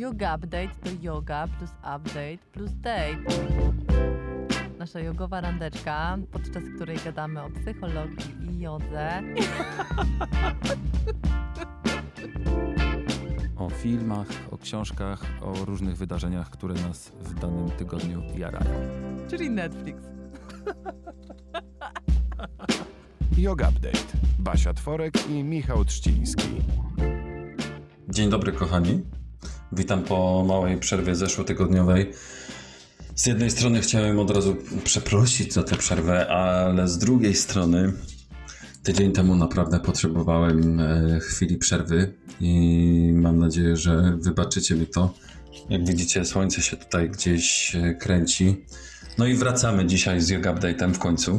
Yoga Update to yoga plus update plus date. Nasza jogowa randeczka, podczas której gadamy o psychologii i jodze. O filmach, o książkach, o różnych wydarzeniach, które nas w danym tygodniu jarają. Czyli Netflix. Yoga Update. Basia Tworek i Michał Trzciński. Dzień dobry, kochani. Witam po małej przerwie zeszłotygodniowej. Z jednej strony chciałem od razu przeprosić za tę przerwę, ale z drugiej strony tydzień temu naprawdę potrzebowałem chwili przerwy i mam nadzieję, że wybaczycie mi to. Jak widzicie, słońce się tutaj gdzieś kręci. No i wracamy dzisiaj z Yoga Update'em w końcu.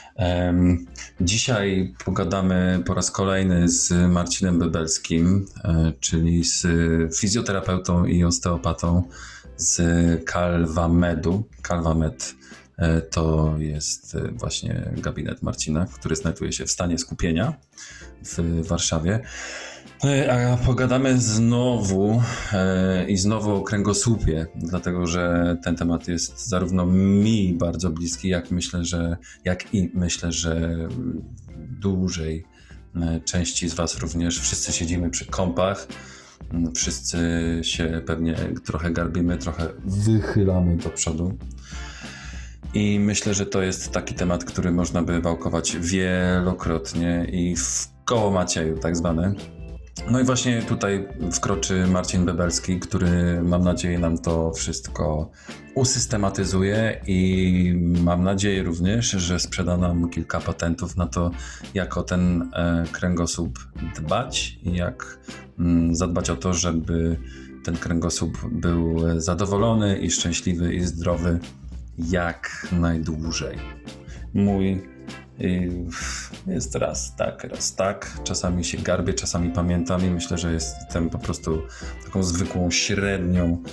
Dzisiaj pogadamy po raz kolejny z Marcinem Bebelskim, czyli z fizjoterapeutą i osteopatą z Calvamedu. Calvamed to jest właśnie gabinet Marcina, który znajduje się w stanie skupienia w Warszawie. A pogadamy znowu o kręgosłupie, dlatego że ten temat jest zarówno mi bardzo bliski, jak i myślę, że dużej części z Was również. Wszyscy siedzimy przy kompach, wszyscy się pewnie trochę garbimy, trochę wychylamy do przodu. I myślę, że to jest taki temat, który można by wałkować wielokrotnie i w koło Macieju tak zwane. No i właśnie tutaj wkroczy Marcin Bebelski, który mam nadzieję nam to wszystko usystematyzuje i mam nadzieję również, że sprzeda nam kilka patentów na to, jak o ten kręgosłup dbać i jak zadbać o to, żeby ten kręgosłup był zadowolony i szczęśliwy i zdrowy jak najdłużej. Mój jest raz tak. Czasami się garbię, czasami pamiętam i myślę, że jestem po prostu taką zwykłą średnią,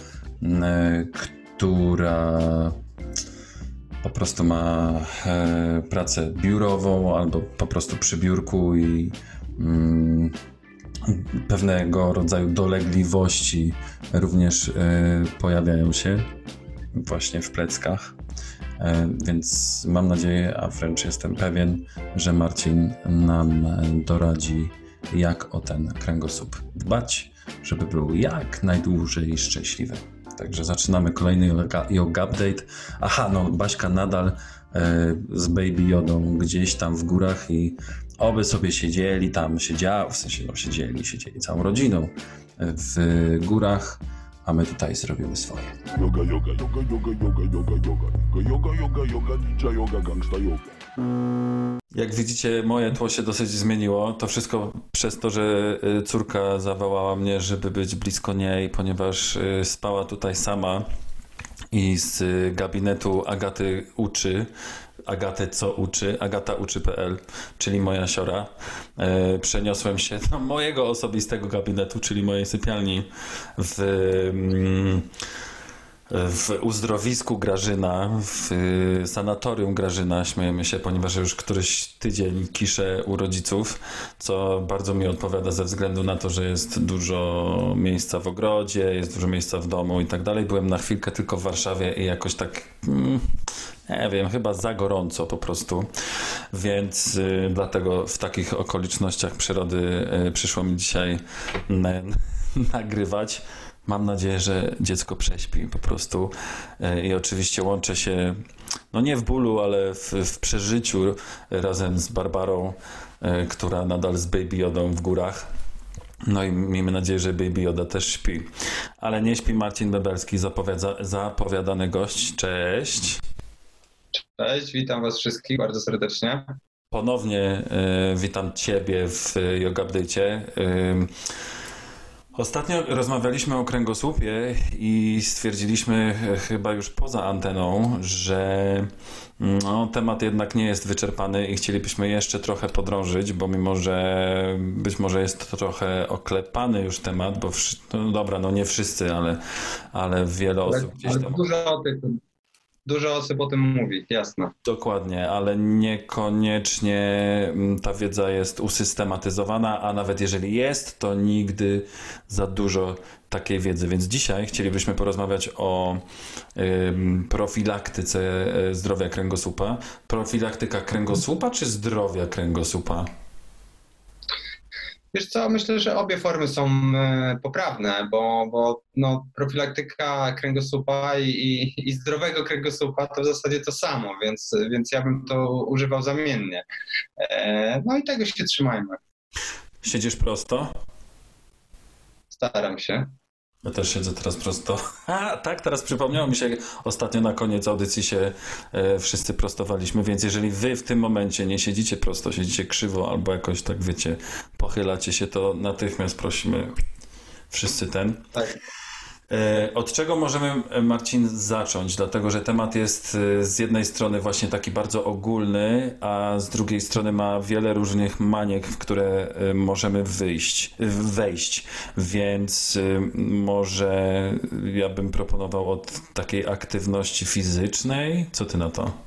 która po prostu ma pracę biurową albo po prostu przy biurku i pewnego rodzaju dolegliwości również pojawiają się właśnie w pleckach. Więc mam nadzieję, a wręcz jestem pewien, że Marcin nam doradzi, jak o ten kręgosłup dbać, żeby był jak najdłużej szczęśliwy. Także zaczynamy kolejny Yoga Update. Baśka nadal z Baby Jodą gdzieś tam w górach i oby sobie siedzieli tam, siedzieli całą rodziną w górach, a my tutaj zrobimy swoje. Yoga, ninja yoga, gangsta yoga. Jak widzicie, moje tło się dosyć zmieniło. To wszystko przez to, że córka zawołała mnie, żeby być blisko niej, ponieważ spała tutaj sama i z gabinetu Agaty uczy. agatauczy.pl, czyli moja siora. Przeniosłem się do mojego osobistego gabinetu, czyli mojej sypialni w uzdrowisku Grażyna, w sanatorium Grażyna. Śmiejemy się, ponieważ już któryś tydzień kiszę u rodziców, co bardzo mi odpowiada ze względu na to, że jest dużo miejsca w ogrodzie, jest dużo miejsca w domu i tak dalej. Byłem na chwilkę tylko w Warszawie i jakoś tak, nie wiem, chyba za gorąco po prostu, więc dlatego w takich okolicznościach przyrody przyszło mi dzisiaj nagrywać. Mam nadzieję, że dziecko prześpi po prostu i oczywiście łączę się, no nie w bólu, ale w przeżyciu razem z Barbarą, która nadal z Baby Jodą w górach. No i miejmy nadzieję, że Baby Joda też śpi. Ale nie śpi Marcin Bebelski, zapowiadany gość. Cześć. Cześć, witam Was wszystkich bardzo serdecznie. Ponownie witam Ciebie w Yoga Update'cie. Ostatnio rozmawialiśmy o kręgosłupie i stwierdziliśmy chyba już poza anteną, że temat jednak nie jest wyczerpany i chcielibyśmy jeszcze trochę podrążyć, bo mimo, że być może jest to trochę oklepany już temat, bo nie wszyscy, ale wiele osób gdzieś tam... Dużo o tym. dużo osób o tym mówi, jasne. Dokładnie, ale niekoniecznie ta wiedza jest usystematyzowana, a nawet jeżeli jest, to nigdy za dużo takiej wiedzy. Więc dzisiaj chcielibyśmy porozmawiać o profilaktyce zdrowia kręgosłupa. Profilaktyka kręgosłupa czy zdrowia kręgosłupa? Wiesz co, myślę, że obie formy są poprawne, bo no, profilaktyka kręgosłupa i zdrowego kręgosłupa to w zasadzie to samo, więc ja bym to używał zamiennie. No i tego się trzymajmy. Siedzisz prosto? Staram się. Ja też siedzę teraz prosto. Tak, teraz przypomniało mi się, jak ostatnio na koniec audycji się wszyscy prostowaliśmy, więc jeżeli wy w tym momencie nie siedzicie prosto, siedzicie krzywo albo jakoś tak, wiecie, pochylacie się, to natychmiast prosimy wszyscy Tak. Od czego możemy, Marcin, zacząć? Dlatego, że temat jest z jednej strony właśnie taki bardzo ogólny, a z drugiej strony ma wiele różnych maniek, w które możemy wejść. Więc może ja bym proponował od takiej aktywności fizycznej. Co ty na to?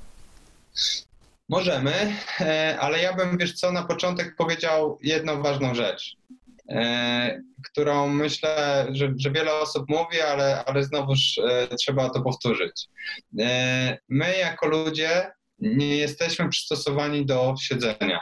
Możemy, ale ja bym, wiesz co, na początek powiedział jedną ważną rzecz, którą myślę, że wiele osób mówi, ale znowuż trzeba to powtórzyć. My jako ludzie nie jesteśmy przystosowani do siedzenia.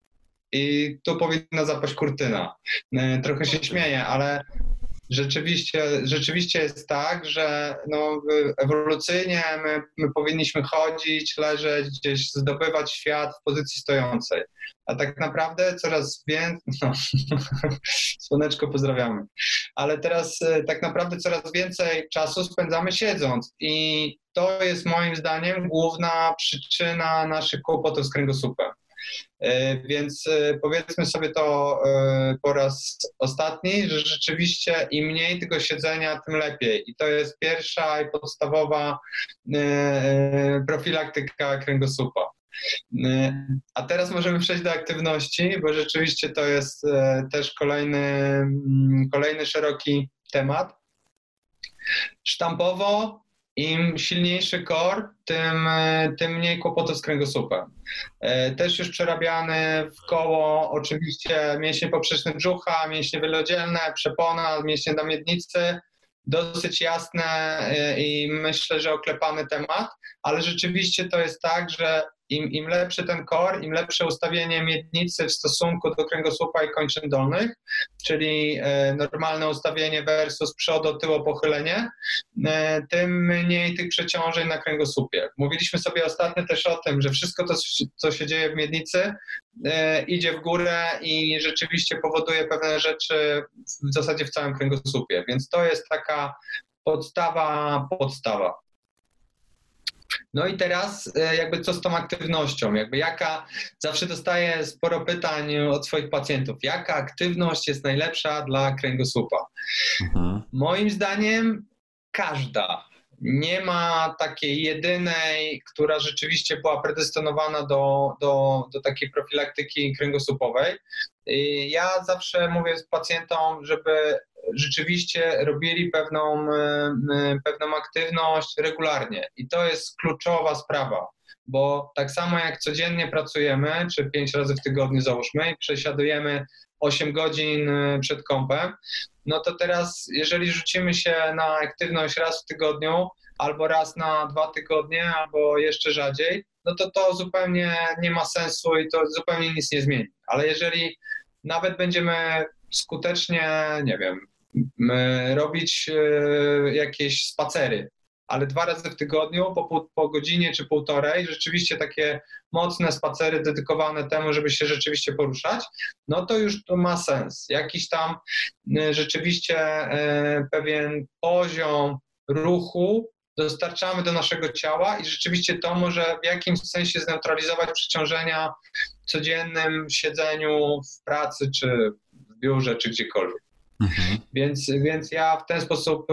I tu powinna zapaść kurtyna. Trochę się śmieję, ale rzeczywiście jest tak, że no, ewolucyjnie my powinniśmy chodzić, leżeć, gdzieś zdobywać świat w pozycji stojącej. A tak naprawdę coraz więcej, no, słoneczko pozdrawiamy, ale teraz tak naprawdę coraz więcej czasu spędzamy siedząc i to jest moim zdaniem główna przyczyna naszych kłopotów z kręgosłupem. Więc powiedzmy sobie to po raz ostatni, że rzeczywiście im mniej tego siedzenia, tym lepiej. I to jest pierwsza i podstawowa profilaktyka kręgosłupa. A teraz możemy przejść do aktywności, bo rzeczywiście to jest też kolejny szeroki temat. Sztampowo im silniejszy core, tym mniej kłopotów z kręgosłupem. Też już przerabiany w koło oczywiście mięśnie poprzeczne brzucha, mięśnie wielodzielne, przepona, mięśnie na miednicy. Dosyć jasne i myślę, że oklepany temat, ale rzeczywiście to jest tak, że im lepszy ten core, im lepsze ustawienie miednicy w stosunku do kręgosłupa i kończyn dolnych, czyli normalne ustawienie versus przodo-tyło pochylenie, tym mniej tych przeciążeń na kręgosłupie. Mówiliśmy sobie ostatnio też o tym, że wszystko to, co się dzieje w miednicy, idzie w górę i rzeczywiście powoduje pewne rzeczy w zasadzie w całym kręgosłupie, więc to jest taka podstawa. No i teraz jakby co z tą aktywnością, zawsze dostaję sporo pytań od swoich pacjentów, jaka aktywność jest najlepsza dla kręgosłupa? Moim zdaniem każda. Nie ma takiej jedynej, która rzeczywiście była predestynowana do takiej profilaktyki kręgosłupowej. Ja zawsze mówię pacjentom, żeby rzeczywiście robili pewną aktywność regularnie i to jest kluczowa sprawa, bo tak samo jak codziennie pracujemy, czy 5 razy w tygodniu załóżmy i przesiadujemy 8 godzin przed kompem, no to teraz jeżeli rzucimy się na aktywność raz w tygodniu albo raz na 2 tygodnie, albo jeszcze rzadziej, no to zupełnie nie ma sensu i to zupełnie nic nie zmieni. Ale jeżeli nawet będziemy skutecznie, nie wiem, robić jakieś spacery, ale 2 razy w tygodniu po godzinie czy półtorej, rzeczywiście takie mocne spacery dedykowane temu, żeby się rzeczywiście poruszać, no to już to ma sens. Jakiś tam rzeczywiście pewien poziom ruchu dostarczamy do naszego ciała i rzeczywiście to może w jakimś sensie zneutralizować przeciążenia w codziennym siedzeniu w pracy, czy w biurze, czy gdziekolwiek. Mhm. Więc ja w ten sposób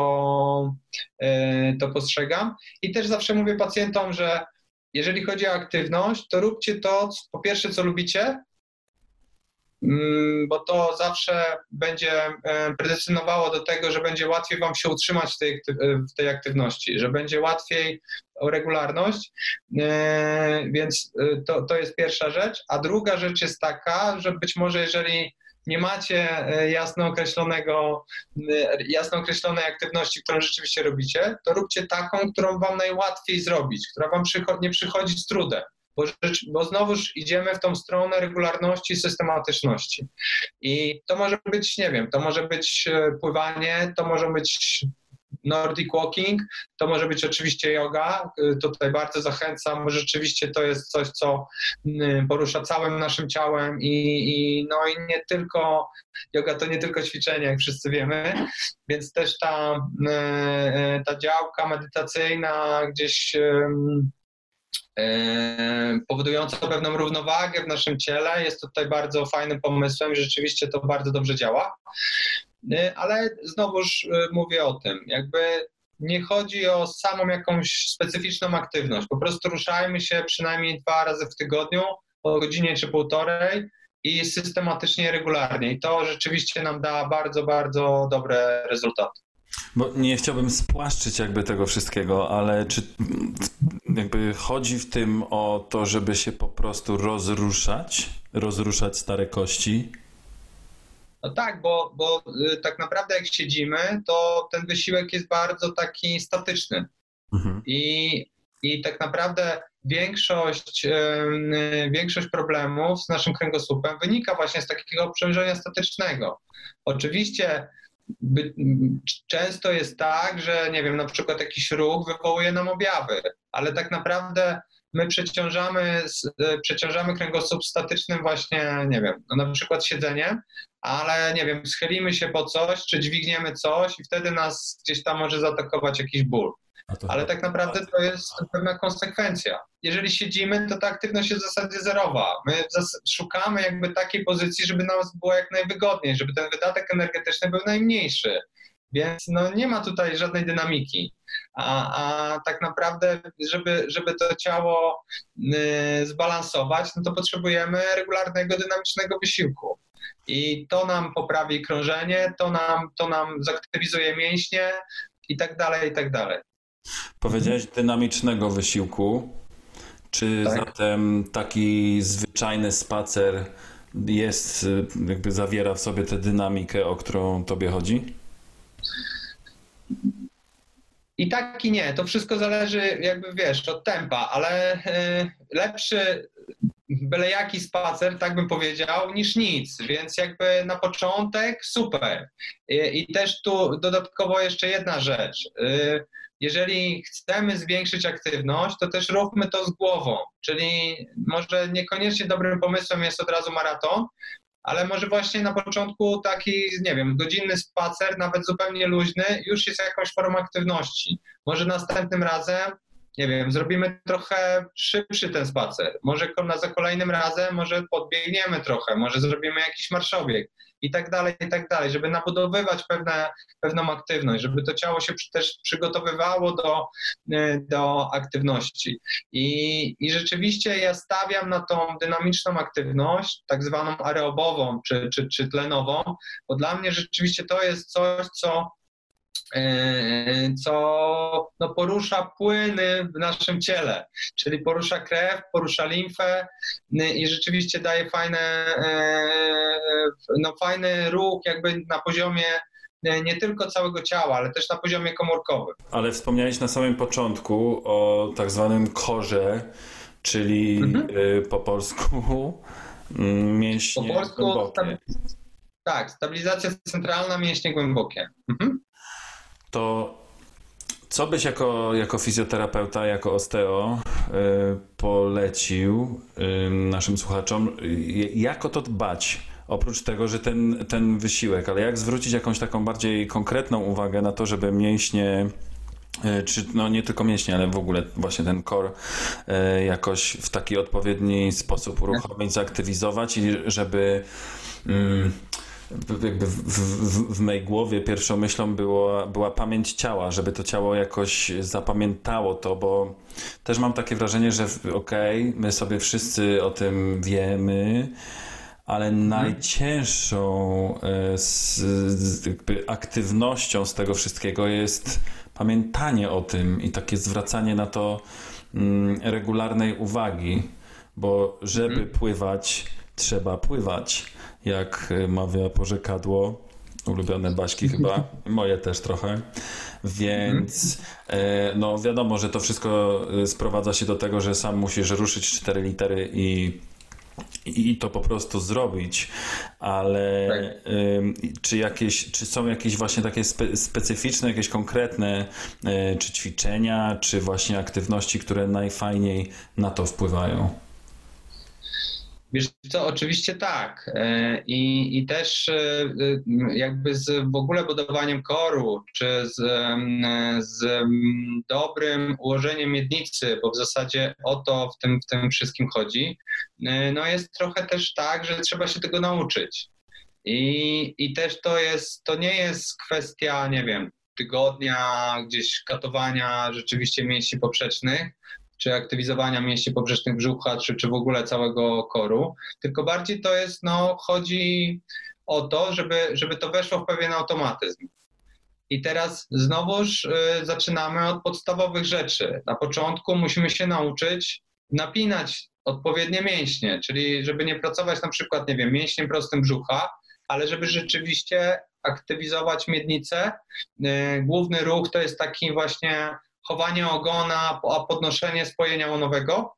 to postrzegam i też zawsze mówię pacjentom, że jeżeli chodzi o aktywność, to róbcie to, po pierwsze, co lubicie, bo to zawsze będzie predestynowało do tego, że będzie łatwiej wam się utrzymać w tej aktywności, że będzie łatwiej o regularność, więc to jest pierwsza rzecz. A druga rzecz jest taka, że być może jeżeli nie macie jasno określonej aktywności, którą rzeczywiście robicie, to róbcie taką, którą wam najłatwiej zrobić, która wam nie przychodzi z trudem, bo znowuż idziemy w tą stronę regularności i systematyczności. I to może być, nie wiem, to może być pływanie, to może być Nordic walking, to może być oczywiście yoga, tutaj bardzo zachęcam, bo rzeczywiście to jest coś, co porusza całym naszym ciałem i nie tylko, yoga to nie tylko ćwiczenie, jak wszyscy wiemy, więc też ta działka medytacyjna gdzieś powodująca pewną równowagę w naszym ciele jest tutaj bardzo fajnym pomysłem i rzeczywiście to bardzo dobrze działa. Ale znowuż mówię o tym, jakby nie chodzi o samą jakąś specyficzną aktywność, po prostu ruszajmy się przynajmniej 2 razy w tygodniu, o godzinie czy 1,5 i systematycznie i regularnie. I to rzeczywiście nam da bardzo, bardzo dobre rezultaty. Bo nie chciałbym spłaszczyć jakby tego wszystkiego, ale czy jakby chodzi w tym o to, żeby się po prostu rozruszać stare kości? No tak, bo tak naprawdę jak siedzimy, to ten wysiłek jest bardzo taki statyczny. Mhm. I tak naprawdę większość problemów z naszym kręgosłupem wynika właśnie z takiego obciążenia statycznego. Oczywiście często jest tak, że nie wiem, na przykład jakiś ruch wywołuje nam objawy, ale tak naprawdę my przeciążamy kręgosłup statycznym właśnie, nie wiem, no na przykład siedzeniem, ale nie wiem, schylimy się po coś, czy dźwigniemy coś i wtedy nas gdzieś tam może zaatakować jakiś ból. Ale tak naprawdę to jest pewna konsekwencja. Jeżeli siedzimy, to ta aktywność jest w zasadzie zerowa. My szukamy jakby takiej pozycji, żeby nam było jak najwygodniej, żeby ten wydatek energetyczny był najmniejszy. Więc no nie ma tutaj żadnej dynamiki. A tak naprawdę, żeby to ciało zbalansować, no to potrzebujemy regularnego, dynamicznego wysiłku. I to nam poprawi krążenie, to nam zaktywizuje mięśnie i tak dalej, i tak dalej. Powiedziałeś dynamicznego wysiłku. Czy Tak. zatem taki zwyczajny spacer jakby zawiera w sobie tę dynamikę, o którą tobie chodzi? I tak i nie. To wszystko zależy jakby, wiesz, od tempa, ale lepszy byle jaki spacer, tak bym powiedział, niż nic. Więc jakby na początek super. I też tu dodatkowo jeszcze jedna rzecz. Jeżeli chcemy zwiększyć aktywność, to też róbmy to z głową. Czyli może niekoniecznie dobrym pomysłem jest od razu maraton, ale może właśnie na początku taki, nie wiem, godzinny spacer, nawet zupełnie luźny, już jest jakąś formą aktywności. Może następnym razem, nie wiem, zrobimy trochę szybszy ten spacer. Może za kolejnym razem może podbiegniemy trochę, może zrobimy jakiś marszobieg i tak dalej, żeby nabudowywać pewną aktywność, żeby to ciało się też przygotowywało do aktywności. I rzeczywiście ja stawiam na tą dynamiczną aktywność, tak zwaną aerobową czy tlenową, bo dla mnie rzeczywiście to jest coś, co porusza płyny w naszym ciele, czyli porusza krew, porusza limfę i rzeczywiście daje fajny ruch jakby na poziomie nie tylko całego ciała, ale też na poziomie komórkowym. Ale wspomniałeś na samym początku o tak zwanym core, czyli po polsku mięśnie głębokie. Tak, stabilizacja centralna, mięśnie głębokie. Mhm. To co byś jako fizjoterapeuta, jako osteo polecił naszym słuchaczom? Jak o to dbać? Oprócz tego, że ten wysiłek, ale jak zwrócić jakąś taką bardziej konkretną uwagę na to, żeby mięśnie, czy no nie tylko mięśnie, ale w ogóle właśnie ten core jakoś w taki odpowiedni sposób uruchomić, zaktywizować i żeby jakby w mojej głowie pierwszą myślą była pamięć ciała, żeby to ciało jakoś zapamiętało to, bo też mam takie wrażenie, że my sobie wszyscy o tym wiemy, ale najcięższą jakby aktywnością z tego wszystkiego jest pamiętanie o tym i takie zwracanie na to regularnej uwagi, bo żeby pływać, trzeba pływać, jak mawia porzekadło, ulubione Baśki chyba, moje też trochę, więc no wiadomo, że to wszystko sprowadza się do tego, że sam musisz ruszyć 4 litery i to po prostu zrobić, ale czy są jakieś właśnie takie specyficzne, jakieś konkretne czy ćwiczenia, czy właśnie aktywności, które najfajniej na to wpływają? Wiesz co, oczywiście tak. I też jakby z w ogóle budowaniem koru, czy z dobrym ułożeniem miednicy, bo w zasadzie o to w tym wszystkim chodzi, no jest trochę też tak, że trzeba się tego nauczyć. I też to nie jest kwestia, nie wiem, tygodnia gdzieś katowania rzeczywiście mięśni poprzecznych, czy aktywizowania mięśni poprzecznych brzucha, czy w ogóle całego koru, tylko bardziej to jest, chodzi o to, żeby to weszło w pewien automatyzm. I teraz znowuż zaczynamy od podstawowych rzeczy. Na początku musimy się nauczyć napinać odpowiednie mięśnie, czyli żeby nie pracować na przykład, nie wiem, mięśniem prostym brzucha, ale żeby rzeczywiście aktywizować miednicę. Główny ruch to jest taki właśnie chowanie ogona, a podnoszenie spojenia łonowego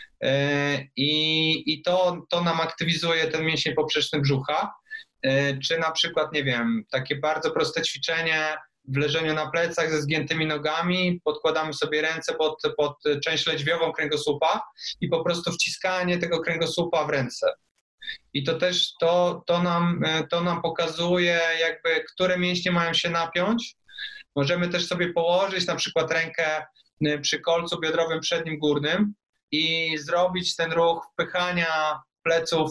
i to nam aktywizuje ten mięsień poprzeczny brzucha, czy na przykład, nie wiem, takie bardzo proste ćwiczenie w leżeniu na plecach ze zgiętymi nogami, podkładamy sobie ręce pod część lędźwiową kręgosłupa i po prostu wciskanie tego kręgosłupa w ręce. I to też to nam pokazuje jakby, które mięśnie mają się napiąć. Możemy też sobie położyć na przykład rękę przy kolcu biodrowym przednim górnym i zrobić ten ruch wpychania pleców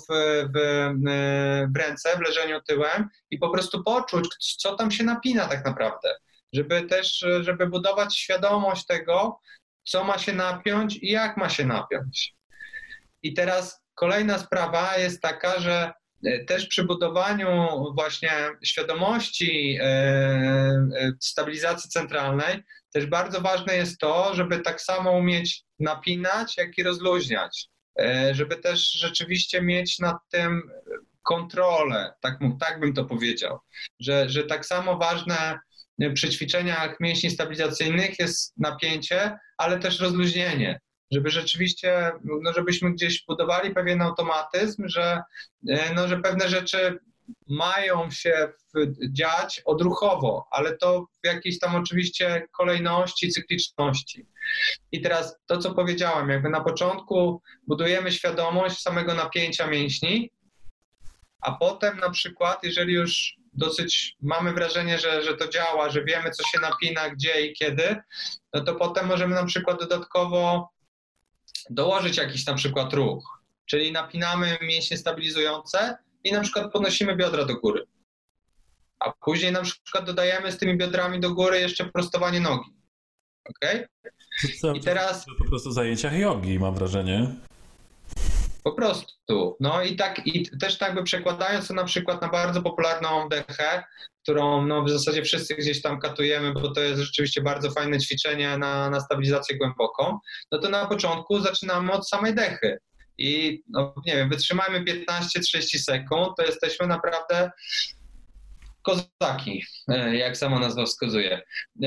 w ręce w leżeniu tyłem i po prostu poczuć, co tam się napina tak naprawdę. Żeby budować świadomość tego, co ma się napiąć i jak ma się napiąć. I teraz kolejna sprawa jest taka, że też przy budowaniu właśnie świadomości stabilizacji centralnej też bardzo ważne jest to, żeby tak samo umieć napinać, jak i rozluźniać. Żeby też rzeczywiście mieć nad tym kontrolę, tak bym to powiedział. Że tak samo ważne przy ćwiczeniach mięśni stabilizacyjnych jest napięcie, ale też rozluźnienie. Żeby rzeczywiście, żebyśmy gdzieś budowali pewien automatyzm, że pewne rzeczy mają się dziać odruchowo, ale to w jakiejś tam oczywiście kolejności, cykliczności. I teraz to, co powiedziałem, jakby na początku budujemy świadomość samego napięcia mięśni, a potem na przykład, jeżeli już dosyć mamy wrażenie, że to działa, że wiemy, co się napina, gdzie i kiedy, no to potem możemy na przykład dodatkowo dołożyć jakiś na przykład ruch, czyli napinamy mięśnie stabilizujące i na przykład podnosimy biodra do góry. A później na przykład dodajemy z tymi biodrami do góry jeszcze prostowanie nogi. Okej? I teraz po prostu zajęciach jogi, mam wrażenie. Po prostu. No i też tak by przekładając to na przykład na bardzo popularną dechę, którą w zasadzie wszyscy gdzieś tam katujemy, bo to jest rzeczywiście bardzo fajne ćwiczenie na stabilizację głęboką, no to na początku zaczynamy od samej dechy. I nie wiem, wytrzymajmy 15-30 sekund, to jesteśmy naprawdę kozaki, jak sama nazwa wskazuje.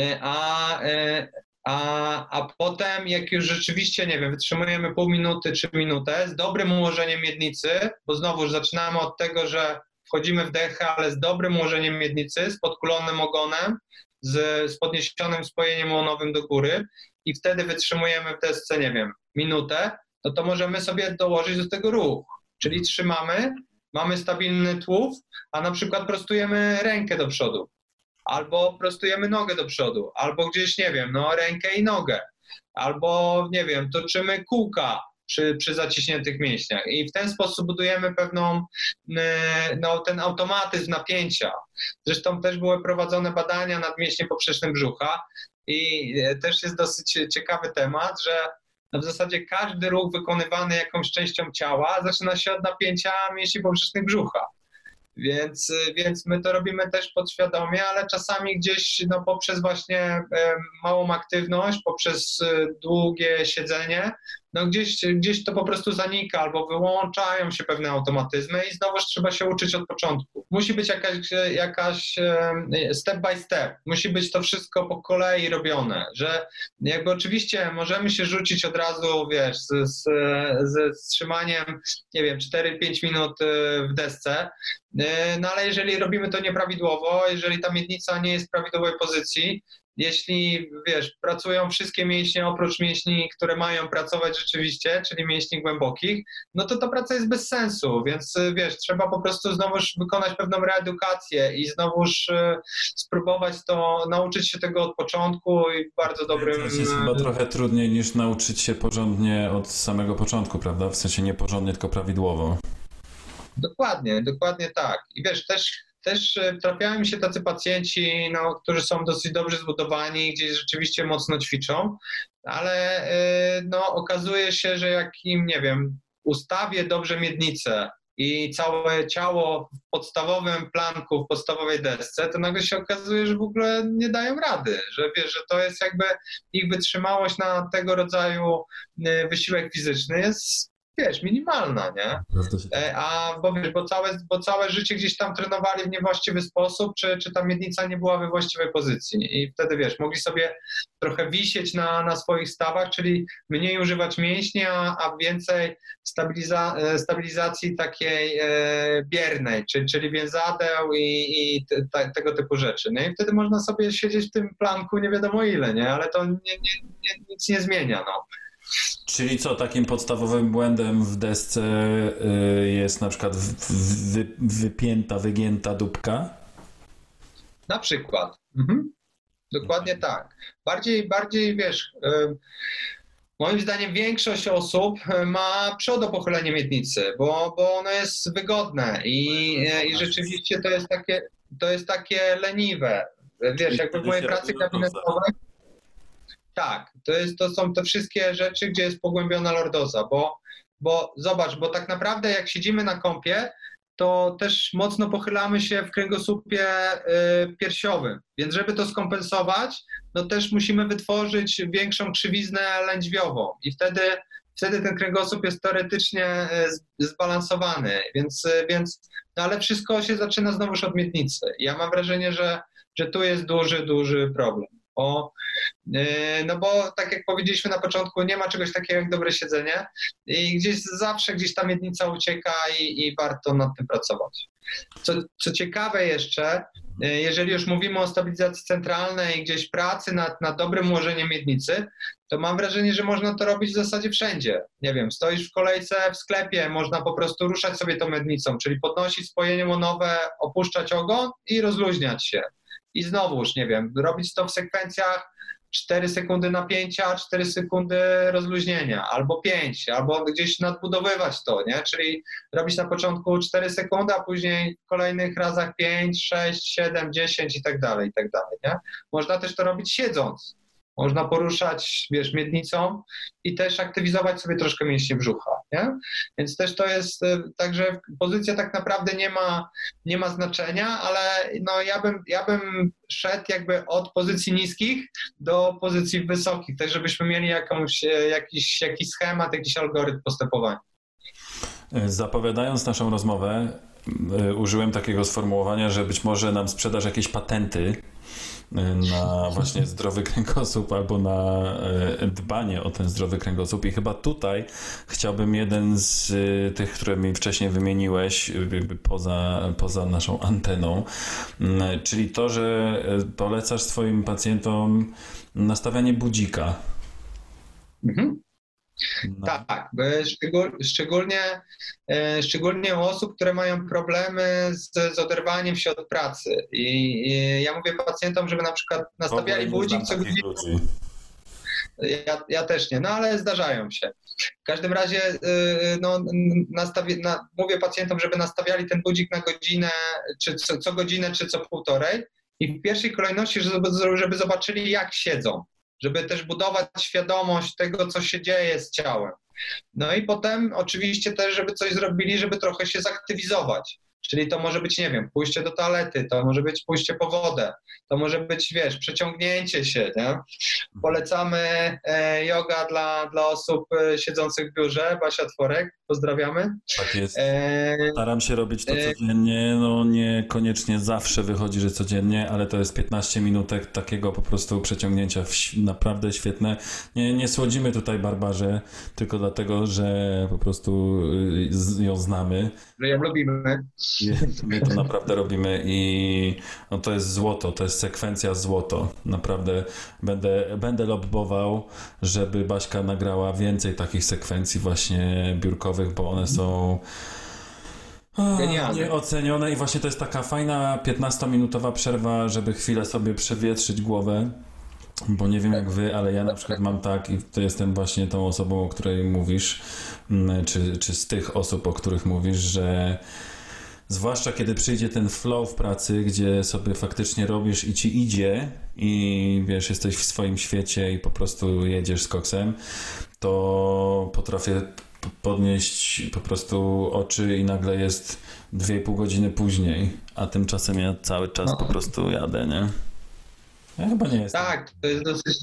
A potem, jak już rzeczywiście, nie wiem, wytrzymujemy pół minuty czy minutę z dobrym ułożeniem miednicy, bo znowu zaczynamy od tego, że wchodzimy w dechę, ale z dobrym ułożeniem miednicy, z podkulonym ogonem, z podniesionym spojeniem łonowym do góry i wtedy wytrzymujemy w desce, nie wiem, minutę, no to możemy sobie dołożyć do tego ruch. Czyli trzymamy, mamy stabilny tułów, a na przykład prostujemy rękę do przodu. Albo prostujemy nogę do przodu, albo gdzieś, nie wiem, rękę i nogę, albo, nie wiem, toczymy kółka przy zaciśniętych mięśniach i w ten sposób budujemy ten automatyzm napięcia. Zresztą też były prowadzone badania nad mięśniem poprzecznym brzucha i też jest dosyć ciekawy temat, że no w zasadzie każdy ruch wykonywany jakąś częścią ciała zaczyna się od napięcia mięśni poprzecznych brzucha. Więc my to robimy też podświadomie, ale czasami gdzieś no, poprzez właśnie małą aktywność, poprzez długie siedzenie, no gdzieś to po prostu zanika albo wyłączają się pewne automatyzmy i znowuż trzeba się uczyć od początku. Musi być jakaś step by step, musi być to wszystko po kolei robione, że jakby oczywiście możemy się rzucić od razu, wiesz, ze trzymaniem, nie wiem, 4-5 minut w desce, no ale jeżeli robimy to nieprawidłowo, jeżeli ta miednica nie jest w prawidłowej pozycji, jeśli, wiesz, pracują wszystkie mięśnie oprócz mięśni, które mają pracować rzeczywiście, czyli mięśni głębokich, no to ta praca jest bez sensu, więc wiesz, trzeba po prostu znowuż wykonać pewną reedukację i znowuż spróbować to, nauczyć się tego od początku i w bardzo dobrym... To jest chyba trochę trudniej niż nauczyć się porządnie od samego początku, prawda? W sensie nie porządnie, tylko prawidłowo. Dokładnie tak. I wiesz, też trafiają mi się tacy pacjenci, no, którzy są dosyć dobrze zbudowani, gdzieś rzeczywiście mocno ćwiczą, ale no, okazuje się, że jak im, nie wiem, ustawię dobrze miednicę i całe ciało w podstawowym planku, w podstawowej desce, to nagle się okazuje, że w ogóle nie dają rady, że wiesz, że to jest jakby ich wytrzymałość na tego rodzaju wysiłek fizyczny jest, wiesz, minimalna, nie? Bo całe życie gdzieś tam trenowali w niewłaściwy sposób, czy ta miednica nie była we właściwej pozycji i wtedy, wiesz, mogli sobie trochę wisieć na swoich stawach, czyli mniej używać mięśni, a więcej stabilizacji takiej biernej, czyli więzadeł i tego typu rzeczy. No i wtedy można sobie siedzieć w tym planku nie wiadomo ile, nie? Ale to nic nie zmienia, no. Czyli co, takim podstawowym błędem w desce jest na przykład wygięta dupka? Na przykład. Dokładnie tak. Bardziej wiesz, moim zdaniem większość osób ma przodopochylenie miednicy, bo ono jest wygodne i rzeczywiście to jest takie leniwe. Wiesz, jakby w mojej pracy gabinetowej. Tak, to są te wszystkie rzeczy, gdzie jest pogłębiona lordoza, bo zobacz, bo tak naprawdę jak siedzimy na kąpie, to też mocno pochylamy się w kręgosłupie piersiowym, więc żeby to skompensować, no też musimy wytworzyć większą krzywiznę lędźwiową i wtedy ten kręgosłup jest teoretycznie zbalansowany, więc no ale wszystko się zaczyna znowuż od miednicy. Ja mam wrażenie, że tu jest duży problem. No bo tak jak powiedzieliśmy na początku, nie ma czegoś takiego jak dobre siedzenie i zawsze gdzieś ta miednica ucieka i warto nad tym pracować. Co ciekawe jeszcze, jeżeli już mówimy o stabilizacji centralnej i gdzieś pracy nad dobrym ułożeniem miednicy, to mam wrażenie, że można to robić w zasadzie wszędzie. Nie wiem, stoisz w kolejce w sklepie, można po prostu ruszać sobie tą miednicą, czyli podnosić spojenie łonowe, opuszczać ogon i rozluźniać się. I znowuż, nie wiem, robić to w sekwencjach 4 sekundy napięcia, 4 sekundy rozluźnienia, albo 5, albo gdzieś nadbudowywać to, nie? Czyli robić na początku 4 sekundy, a później w kolejnych razach 5, 6, 7, 10 i tak dalej, nie? Można też to robić siedząc. Można poruszać, wiesz, miednicą i też aktywizować sobie troszkę mięśnie brzucha, nie? Więc też to jest, także pozycja tak naprawdę nie ma znaczenia, ale no ja bym szedł jakby od pozycji niskich do pozycji wysokich, tak żebyśmy mieli jakiś schemat, jakiś algorytm postępowania. Zapowiadając naszą rozmowę, użyłem takiego sformułowania, że być może nam sprzedasz jakieś patenty na właśnie zdrowy kręgosłup albo na dbanie o ten zdrowy kręgosłup i chyba tutaj chciałbym jeden z tych, które mi wcześniej wymieniłeś, jakby poza naszą anteną, czyli to, że polecasz swoim pacjentom nastawianie budzika. No. Tak, szczególnie u osób, które mają problemy z oderwaniem się od pracy. I ja mówię pacjentom, żeby na przykład nastawiali budzik co godzinę. Ja też nie, no ale zdarzają się. W każdym razie mówię pacjentom, żeby nastawiali ten budzik na godzinę, czy co godzinę, czy co półtorej. I w pierwszej kolejności, żeby zobaczyli, jak siedzą. żeby też budować świadomość tego, co się dzieje z ciałem. No i potem oczywiście też, żeby coś zrobili, żeby trochę się zaktywizować. Czyli to może być, nie wiem, pójście do toalety, to może być pójście po wodę, to może być, wiesz, przeciągnięcie się, nie? Polecamy yoga dla osób siedzących w biurze. Basia Tworek, pozdrawiamy. Tak jest. Staram się robić to codziennie, no niekoniecznie zawsze wychodzi, że codziennie, ale to jest 15 minutek takiego po prostu przeciągnięcia naprawdę świetne. Nie słodzimy tutaj Barbarze, tylko dlatego, że po prostu ją znamy. Że ją lubimy. My to naprawdę robimy i no to jest złoto, to jest sekwencja złoto. Naprawdę będę lobbował, żeby Baśka nagrała więcej takich sekwencji właśnie biurkowych, bo one są nieocenione i właśnie to jest taka fajna 15-minutowa przerwa, żeby chwilę sobie przewietrzyć głowę. Bo nie wiem jak wy, ale ja na przykład mam tak i to jestem właśnie tą osobą, o której mówisz, czy z tych osób, o których mówisz, że zwłaszcza kiedy przyjdzie ten flow w pracy, gdzie sobie faktycznie robisz i ci idzie i wiesz, jesteś w swoim świecie i po prostu jedziesz z koksem, to potrafię podnieść po prostu oczy i nagle jest 2,5 godziny później, a tymczasem ja cały czas po prostu jadę, nie? Ja chyba nie jestem. Tak, to jest dosyć,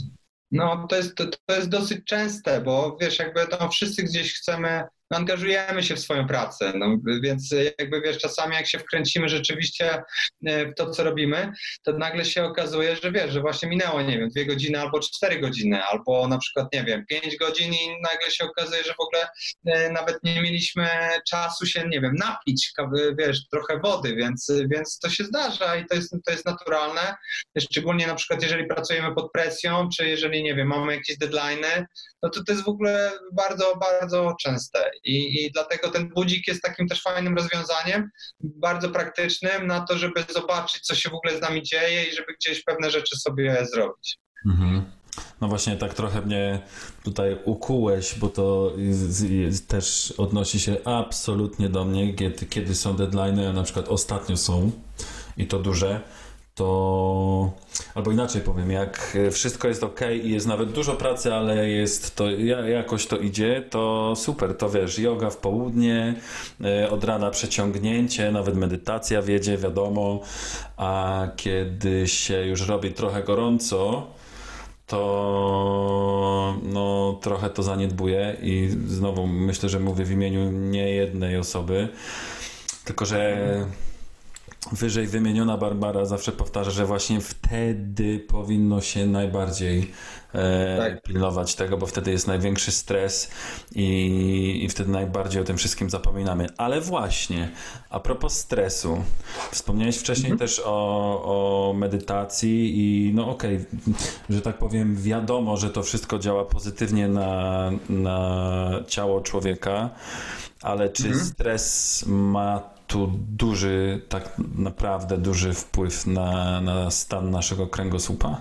to jest dosyć częste, bo wiesz, jakby no, wszyscy gdzieś chcemy, angażujemy się w swoją pracę, no, więc jakby wiesz, czasami jak się wkręcimy rzeczywiście w to, co robimy, to nagle się okazuje, że wiesz, że właśnie minęło, nie wiem, 2 godziny albo 4 godziny, albo na przykład, nie wiem, 5 godzin i nagle się okazuje, że w ogóle nawet nie mieliśmy czasu się, nie wiem, napić, wiesz, trochę wody, więc to się zdarza i to jest naturalne, szczególnie na przykład jeżeli pracujemy pod presją, czy jeżeli, nie wiem, mamy jakieś deadline'y, no to jest w ogóle bardzo, bardzo częste. I dlatego ten budzik jest takim też fajnym rozwiązaniem, bardzo praktycznym na to, żeby zobaczyć, co się w ogóle z nami dzieje i żeby gdzieś pewne rzeczy sobie zrobić. Mhm. No właśnie tak trochę mnie tutaj ukułeś, bo to też odnosi się absolutnie do mnie, kiedy są deadline'y, a na przykład ostatnio są i to duże, to albo inaczej powiem, jak wszystko jest ok i jest nawet dużo pracy, ale jest to, jakoś to idzie, to super, to wiesz, yoga w południe, od rana przeciągnięcie, nawet medytacja wiedzie, wiadomo, a kiedy się już robi trochę gorąco, to no, trochę to zaniedbuję i znowu myślę, że mówię w imieniu niejednej osoby, tylko że wyżej wymieniona Barbara zawsze powtarza, że właśnie wtedy powinno się najbardziej pilnować tego, bo wtedy jest największy stres i wtedy najbardziej o tym wszystkim zapominamy. Ale właśnie, a propos stresu, wspomniałeś wcześniej też o medytacji i no okej, że tak powiem, wiadomo, że to wszystko działa pozytywnie na ciało człowieka, ale czy stres ma tu tak naprawdę duży wpływ na stan naszego kręgosłupa?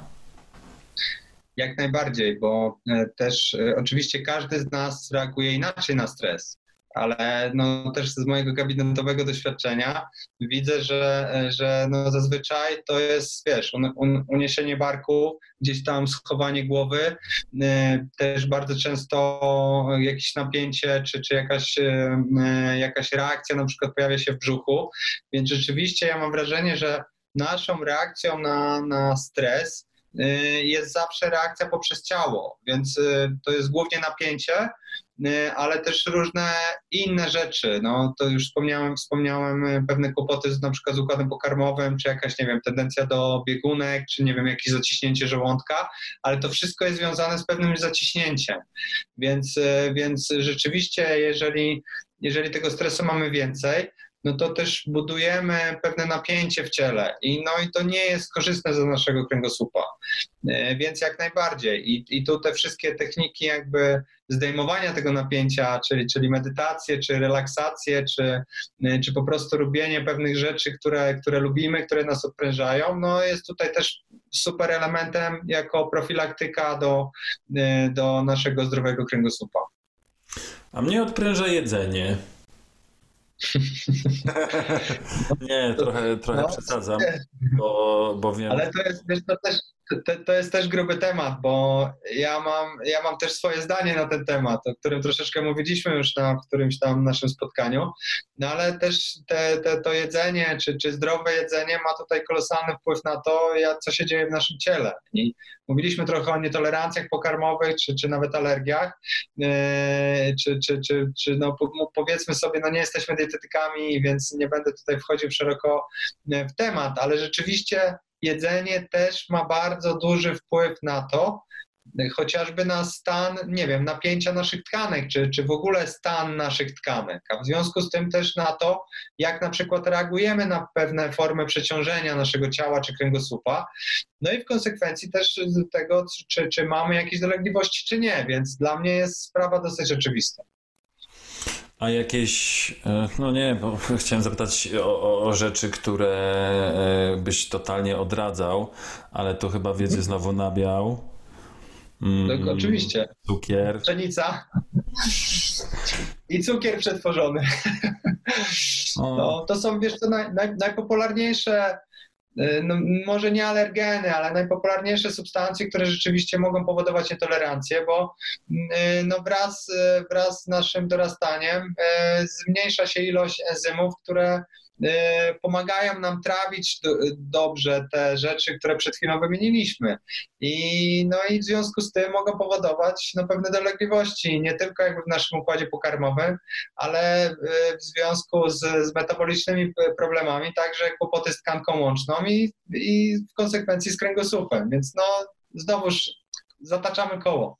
Jak najbardziej, bo też oczywiście każdy z nas reaguje inaczej na stres, ale no też z mojego gabinetowego doświadczenia widzę, że no zazwyczaj to jest, wiesz, uniesienie barku, gdzieś tam schowanie głowy, też bardzo często jakieś napięcie czy jakaś reakcja na przykład pojawia się w brzuchu, więc rzeczywiście ja mam wrażenie, że naszą reakcją na stres jest zawsze reakcja poprzez ciało, więc to jest głównie napięcie, ale też różne inne rzeczy. No, to już wspomniałem pewne kłopoty na przykład z układem pokarmowym, czy jakaś, nie wiem, tendencja do biegunek, czy nie wiem, jakieś zaciśnięcie żołądka, ale to wszystko jest związane z pewnym zaciśnięciem. Więc rzeczywiście, jeżeli tego stresu mamy więcej, no to też budujemy pewne napięcie w ciele i to nie jest korzystne dla naszego kręgosłupa, więc jak najbardziej i tu te wszystkie techniki jakby zdejmowania tego napięcia, czyli medytacje, czy relaksacje, czy po prostu robienie pewnych rzeczy, które lubimy, które nas odprężają, no jest tutaj też super elementem jako profilaktyka do naszego zdrowego kręgosłupa. A mnie odpręża jedzenie. Nie, trochę przesadzam, bo wiem... Ale to jest, wiesz, to też To jest też gruby temat, bo ja mam też swoje zdanie na ten temat, o którym troszeczkę mówiliśmy już na którymś tam naszym spotkaniu, no ale też to jedzenie, czy zdrowe jedzenie ma tutaj kolosalny wpływ na to, co się dzieje w naszym ciele. I mówiliśmy trochę o nietolerancjach pokarmowych, czy nawet alergiach, czy no powiedzmy sobie, no nie jesteśmy dietetykami, więc nie będę tutaj wchodził szeroko w temat, ale rzeczywiście jedzenie też ma bardzo duży wpływ na to, chociażby na stan, nie wiem, napięcia naszych tkanek, czy w ogóle stan naszych tkanek, a w związku z tym też na to, jak na przykład reagujemy na pewne formy przeciążenia naszego ciała czy kręgosłupa, no i w konsekwencji też tego, czy mamy jakieś dolegliwości, czy nie, więc dla mnie jest sprawa dosyć oczywista. A jakieś, no nie, bo chciałem zapytać o rzeczy, które byś totalnie odradzał, ale to chyba wiedzy znowu nabiał. Oczywiście. Cukier. Pszenica i cukier przetworzony. No, to są, wiesz co, najpopularniejsze, no, może nie alergeny, ale najpopularniejsze substancje, które rzeczywiście mogą powodować nietolerancję, bo no wraz z naszym dorastaniem zmniejsza się ilość enzymów, które pomagają nam trawić dobrze te rzeczy, które przed chwilą wymieniliśmy. I w związku z tym mogą powodować pewne dolegliwości, nie tylko jakby w naszym układzie pokarmowym, ale w związku z metabolicznymi problemami, także kłopoty z tkanką łączną i w konsekwencji z kręgosłupem. Więc no znowuż zataczamy koło.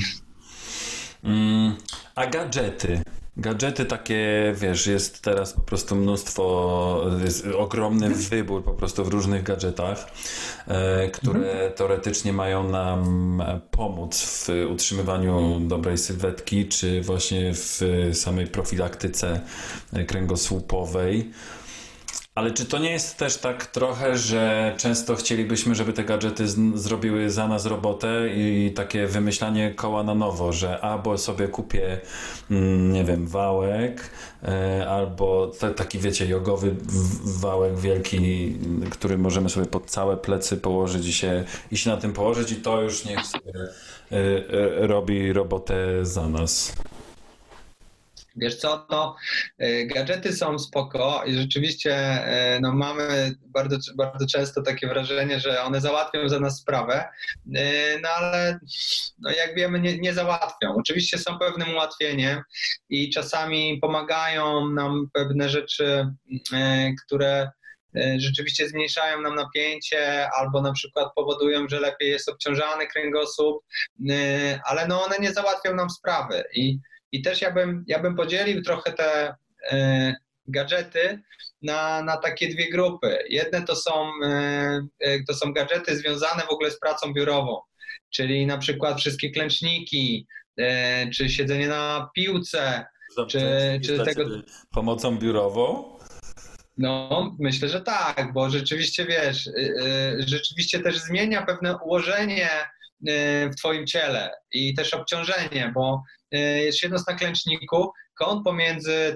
A gadżety? Gadżety takie, wiesz, jest teraz po prostu mnóstwo, jest ogromny wybór po prostu w różnych gadżetach, które teoretycznie mają nam pomóc w utrzymywaniu dobrej sylwetki, czy właśnie w samej profilaktyce kręgosłupowej. Ale czy to nie jest też tak trochę, że często chcielibyśmy, żeby te gadżety zrobiły za nas robotę i takie wymyślanie koła na nowo, że albo sobie kupię, nie wiem, wałek, albo taki, wiecie, jogowy wałek wielki, który możemy sobie pod całe plecy położyć i się na tym położyć i to już niech sobie robi robotę za nas. Wiesz co, no, gadżety są spoko i rzeczywiście no, mamy bardzo, bardzo często takie wrażenie, że one załatwią za nas sprawę, no ale no, jak wiemy nie załatwią. Oczywiście są pewnym ułatwieniem i czasami pomagają nam pewne rzeczy, które rzeczywiście zmniejszają nam napięcie albo na przykład powodują, że lepiej jest obciążany kręgosłup, ale no, one nie załatwią nam sprawy. I też ja bym podzielił trochę te gadżety na takie dwie grupy. Jedne to są gadżety związane w ogóle z pracą biurową, czyli na przykład wszystkie klęczniki, czy siedzenie na piłce, czy tego... Pomocą biurową? No, myślę, że tak, bo rzeczywiście, wiesz, rzeczywiście też zmienia pewne ułożenie w twoim ciele i też obciążenie, bo siedząc na klęczniku, kąt pomiędzy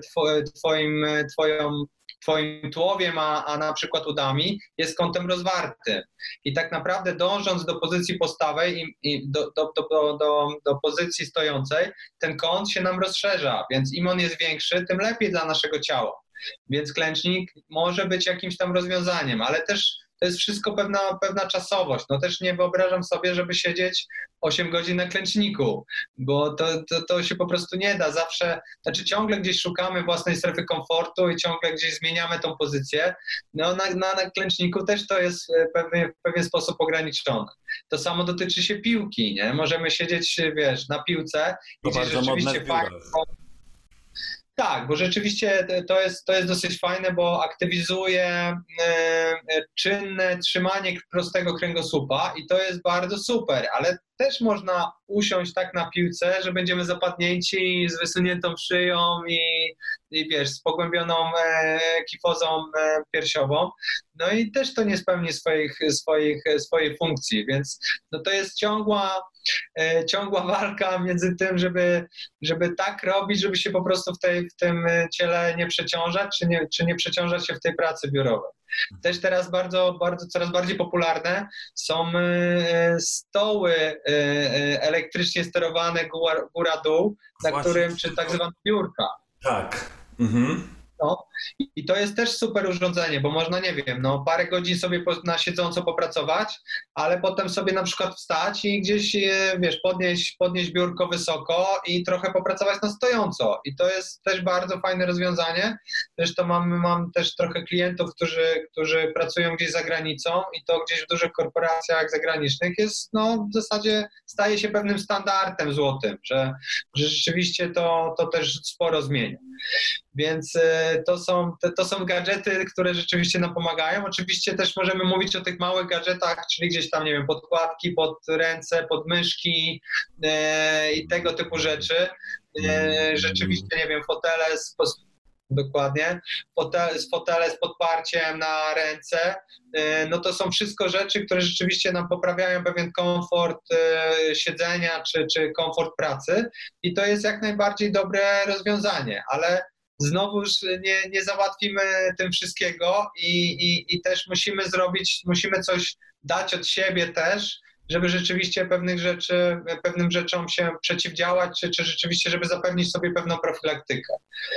twoim tułowiem a na przykład udami jest kątem rozwartym. I tak naprawdę dążąc do pozycji postawej i do pozycji stojącej, ten kąt się nam rozszerza, więc im on jest większy, tym lepiej dla naszego ciała. Więc klęcznik może być jakimś tam rozwiązaniem, ale też to jest wszystko pewna czasowość. No też nie wyobrażam sobie, żeby siedzieć 8 godzin na klęczniku, bo to się po prostu nie da. Zawsze, znaczy ciągle gdzieś szukamy własnej strefy komfortu i ciągle gdzieś zmieniamy tą pozycję. No na klęczniku też to jest w pewien sposób ograniczone. To samo dotyczy się piłki, nie? Możemy siedzieć, wiesz, na piłce, gdzie rzeczywiście fajnie. Tak, bo rzeczywiście to jest dosyć fajne, bo aktywizuje czynne trzymanie prostego kręgosłupa i to jest bardzo super, ale też można usiąść tak na piłce, że będziemy zapadnięci z wysuniętą szyją i wiesz, z pogłębioną kifozą piersiową. No i też to nie spełni swojej funkcji, więc no to jest ciągła walka między tym, żeby tak robić, żeby się po prostu w tym ciele nie przeciążać, czy nie przeciążać się w tej pracy biurowej. Też teraz coraz bardziej popularne są stoły elektrycznie sterowane góra-dół, na którym, czy tak zwane biurka. Tak. No. I to jest też super urządzenie, bo można, nie wiem, no parę godzin sobie na siedząco popracować, ale potem sobie na przykład wstać i gdzieś, wiesz, podnieść biurko wysoko i trochę popracować na stojąco. I to jest też bardzo fajne rozwiązanie. Zresztą mam też trochę klientów, którzy pracują gdzieś za granicą i to gdzieś w dużych korporacjach zagranicznych jest, no w zasadzie staje się pewnym standardem złotym, że rzeczywiście to też sporo zmienia. Więc to są gadżety, które rzeczywiście nam pomagają. Oczywiście też możemy mówić o tych małych gadżetach, czyli gdzieś tam, nie wiem, podkładki pod ręce, pod myszki i tego typu rzeczy. Rzeczywiście, nie wiem, dokładnie, fotele z podparciem na ręce, no to są wszystko rzeczy, które rzeczywiście nam poprawiają pewien komfort siedzenia czy komfort pracy i to jest jak najbardziej dobre rozwiązanie, ale znowuż nie załatwimy tym wszystkiego i też musimy coś dać od siebie też, żeby rzeczywiście pewnym rzeczom się przeciwdziałać, czy rzeczywiście, żeby zapewnić sobie pewną profilaktykę.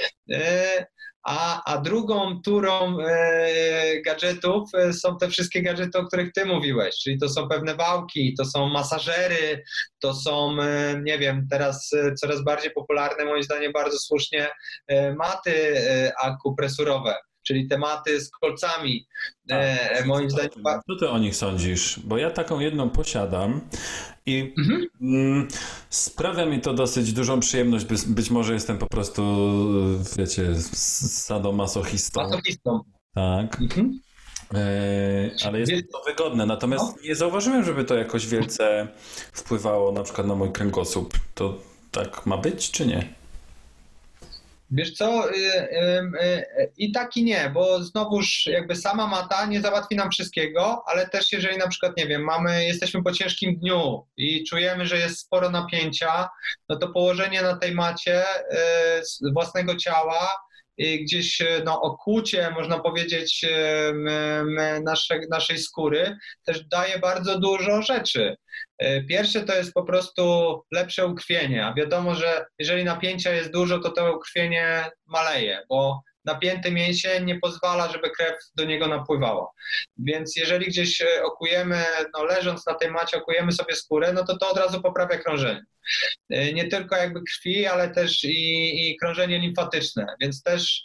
A drugą turą gadżetów są te wszystkie gadżety, o których ty mówiłeś, czyli to są pewne wałki, to są masażery, to są, nie wiem, teraz coraz bardziej popularne, moim zdaniem bardzo słusznie, maty akupresurowe, czyli te maty z kolcami. Moim zdaniem... Co ty o nich sądzisz? Bo ja taką jedną posiadam i sprawia mi to dosyć dużą przyjemność. Być może jestem po prostu, wiecie, sadomasochistą. Masochistą. Tak. Ale jest to wygodne. Natomiast nie zauważyłem, żeby to jakoś wielce wpływało na przykład na mój kręgosłup. To tak ma być, czy nie? Wiesz co, i tak i nie, bo znowuż jakby sama mata nie załatwi nam wszystkiego, ale też jeżeli na przykład, nie wiem, jesteśmy po ciężkim dniu i czujemy, że jest sporo napięcia, no to położenie na tej macie własnego ciała, gdzieś okucie, można powiedzieć, naszej skóry też daje bardzo dużo rzeczy. Pierwsze to jest po prostu lepsze ukrwienie, a wiadomo, że jeżeli napięcia jest dużo, to to ukrwienie maleje, bo napięty mięsień nie pozwala, żeby krew do niego napływała. Więc jeżeli gdzieś okujemy, leżąc na tej macie, okujemy sobie skórę, no to od razu poprawia krążenie. Nie tylko jakby krwi, ale też i krążenie limfatyczne, więc też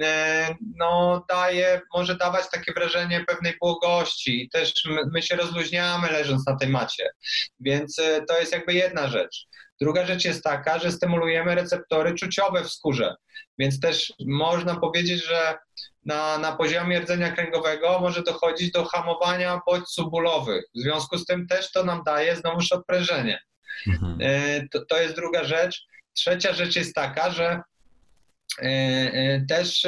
może dawać takie wrażenie pewnej błogości i też my się rozluźniamy leżąc na tej macie, więc to jest jakby jedna rzecz. Druga rzecz jest taka, że stymulujemy receptory czuciowe w skórze, więc też można powiedzieć, że na poziomie rdzenia kręgowego może dochodzić do hamowania bodźców bólowych. W związku z tym też to nam daje znowuż odprężenie. To jest druga rzecz. Trzecia rzecz jest taka, że też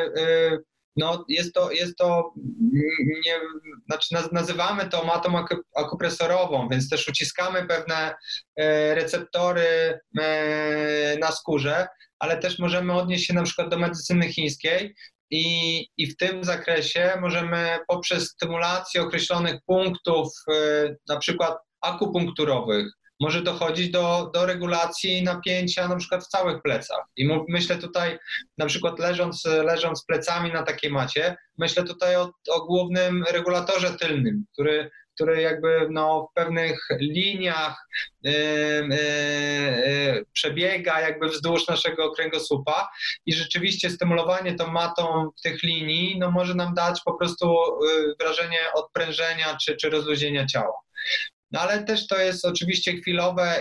nazywamy to matą akupresorową, więc też uciskamy pewne receptory na skórze, ale też możemy odnieść się na przykład do medycyny chińskiej i w tym zakresie możemy poprzez stymulację określonych punktów, na przykład akupunkturowych, może dochodzić do regulacji napięcia na przykład w całych plecach. I myślę tutaj na przykład leżąc plecami na takiej macie, myślę tutaj o głównym regulatorze tylnym, który jakby w pewnych liniach przebiega jakby wzdłuż naszego kręgosłupa i rzeczywiście stymulowanie tą matą tych linii może nam dać po prostu wrażenie odprężenia czy rozluźnienia ciała. No ale też to jest oczywiście chwilowe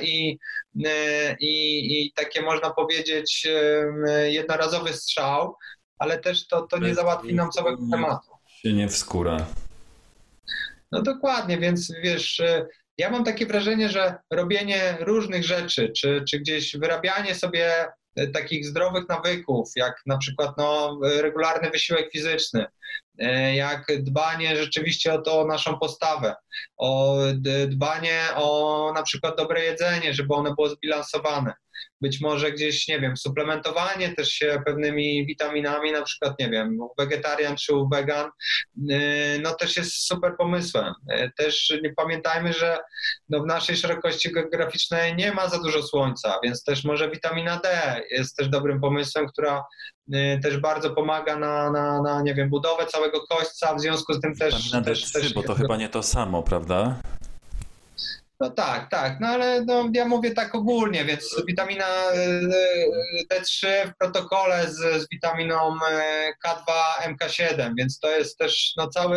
i takie można powiedzieć jednorazowy strzał, ale też to nie załatwi nam całego tematu. Nie w skórę. No dokładnie, więc wiesz, ja mam takie wrażenie, że robienie różnych rzeczy, czy gdzieś wyrabianie sobie takich zdrowych nawyków, jak na przykład regularny wysiłek fizyczny, jak dbanie rzeczywiście o to naszą postawę, o dbanie o na przykład dobre jedzenie, żeby ono było zbilansowane. Być może gdzieś, nie wiem, suplementowanie też się pewnymi witaminami, na przykład, nie wiem, wegetarian czy wegan, no też jest super pomysłem. Też nie pamiętajmy, że w naszej szerokości geograficznej nie ma za dużo słońca, więc też może witamina D jest też dobrym pomysłem, która też bardzo pomaga na nie wiem, budowę całego kośćca, w związku z tym Witamina D3, bo to chyba nie to samo, prawda? No tak, no ale ja mówię tak ogólnie, więc witamina D3 w protokole z witaminą K2, MK7, więc to jest też